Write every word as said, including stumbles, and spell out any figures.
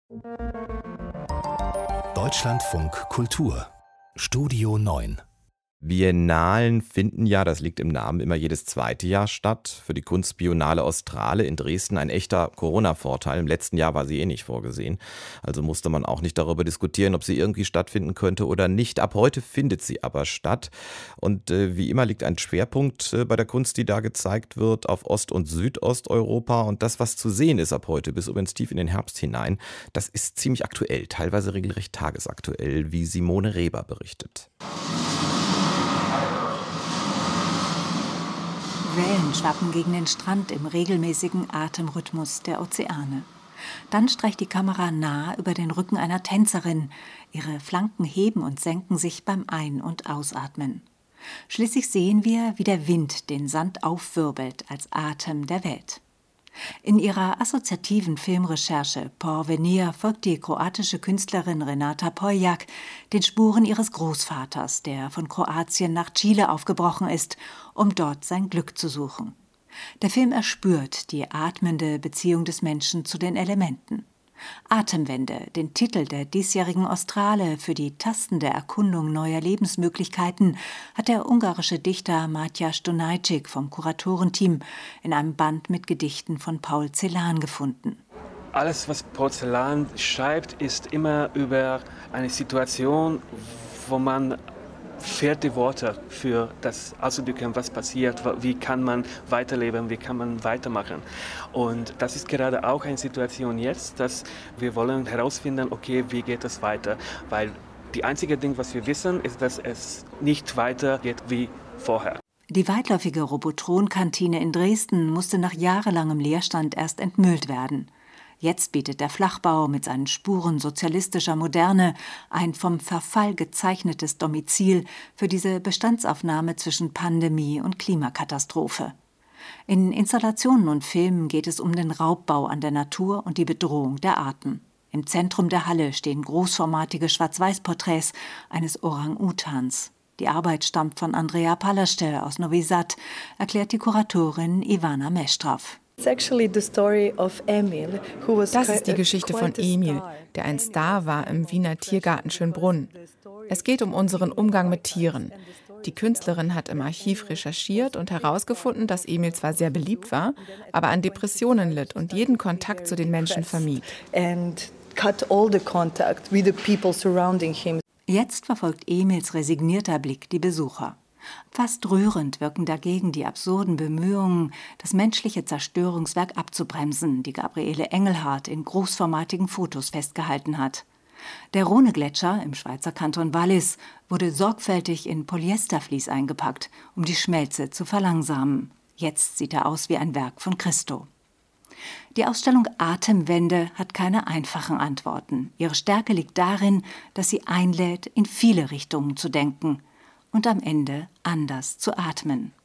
Deutschlandfunk Kultur Studio neun. Biennalen finden ja, das liegt im Namen, immer jedes zweite Jahr statt. Für die Kunstbiennale Australe in Dresden ein echter Corona-Vorteil. Im letzten Jahr war sie eh nicht vorgesehen. Also musste man auch nicht darüber diskutieren, ob sie irgendwie stattfinden könnte oder nicht. Ab heute findet sie aber statt. Und äh, wie immer liegt ein Schwerpunkt äh, bei der Kunst, die da gezeigt wird, auf Ost- und Südosteuropa. Und das, was zu sehen ist ab heute bis übrigens tief in den Herbst hinein, das ist ziemlich aktuell, teilweise regelrecht tagesaktuell, wie Simone Reber berichtet. Wellen schwappen gegen den Strand im regelmäßigen Atemrhythmus der Ozeane. Dann streicht die Kamera nah über den Rücken einer Tänzerin. Ihre Flanken heben und senken sich beim Ein- und Ausatmen. Schließlich sehen wir, wie der Wind den Sand aufwirbelt als Atem der Welt. In ihrer assoziativen Filmrecherche Porvenir folgt die kroatische Künstlerin Renata Poljak den Spuren ihres Großvaters, der von Kroatien nach Chile aufgebrochen ist, um dort sein Glück zu suchen. Der Film erspürt die atmende Beziehung des Menschen zu den Elementen. Atemwende, den Titel der diesjährigen Australe für die tastende Erkundung neuer Lebensmöglichkeiten, hat der ungarische Dichter Mátyás Dunajcik vom Kuratorenteam in einem Band mit Gedichten von Paul Celan gefunden. Alles, was Paul Celan schreibt, ist immer über eine Situation, wo man fehlt die Worte für das auszudrücken, was passiert, wie kann man weiterleben, wie kann man weitermachen. Und das ist gerade auch eine Situation jetzt, dass wir wollen herausfinden, okay, wie geht es weiter, weil die einzige Ding, was wir wissen, ist, dass es nicht weitergeht wie vorher. Die weitläufige Robotron-Kantine in Dresden musste nach jahrelangem Leerstand erst entmüllt werden. Jetzt bietet der Flachbau mit seinen Spuren sozialistischer Moderne ein vom Verfall gezeichnetes Domizil für diese Bestandsaufnahme zwischen Pandemie und Klimakatastrophe. In Installationen und Filmen geht es um den Raubbau an der Natur und die Bedrohung der Arten. Im Zentrum der Halle stehen großformatige Schwarz-Weiß-Porträts eines Orang-Utans. Die Arbeit stammt von Andrea Palaszczuk aus Novi Sad, erklärt die Kuratorin Ivana Mestrov. Das ist die Geschichte von Emil, der ein Star war im Wiener Tiergarten Schönbrunn. Es geht um unseren Umgang mit Tieren. Die Künstlerin hat im Archiv recherchiert und herausgefunden, dass Emil zwar sehr beliebt war, aber an Depressionen litt und jeden Kontakt zu den Menschen vermied. Jetzt verfolgt Emils resignierter Blick die Besucher. Fast rührend wirken dagegen die absurden Bemühungen, das menschliche Zerstörungswerk abzubremsen, die Gabriele Engelhardt in großformatigen Fotos festgehalten hat. Der Rhone-Gletscher im Schweizer Kanton Wallis wurde sorgfältig in Polyestervlies eingepackt, um die Schmelze zu verlangsamen. Jetzt sieht er aus wie ein Werk von Christo. Die Ausstellung Atemwende hat keine einfachen Antworten. Ihre Stärke liegt darin, dass sie einlädt, in viele Richtungen zu denken und am Ende anders zu atmen.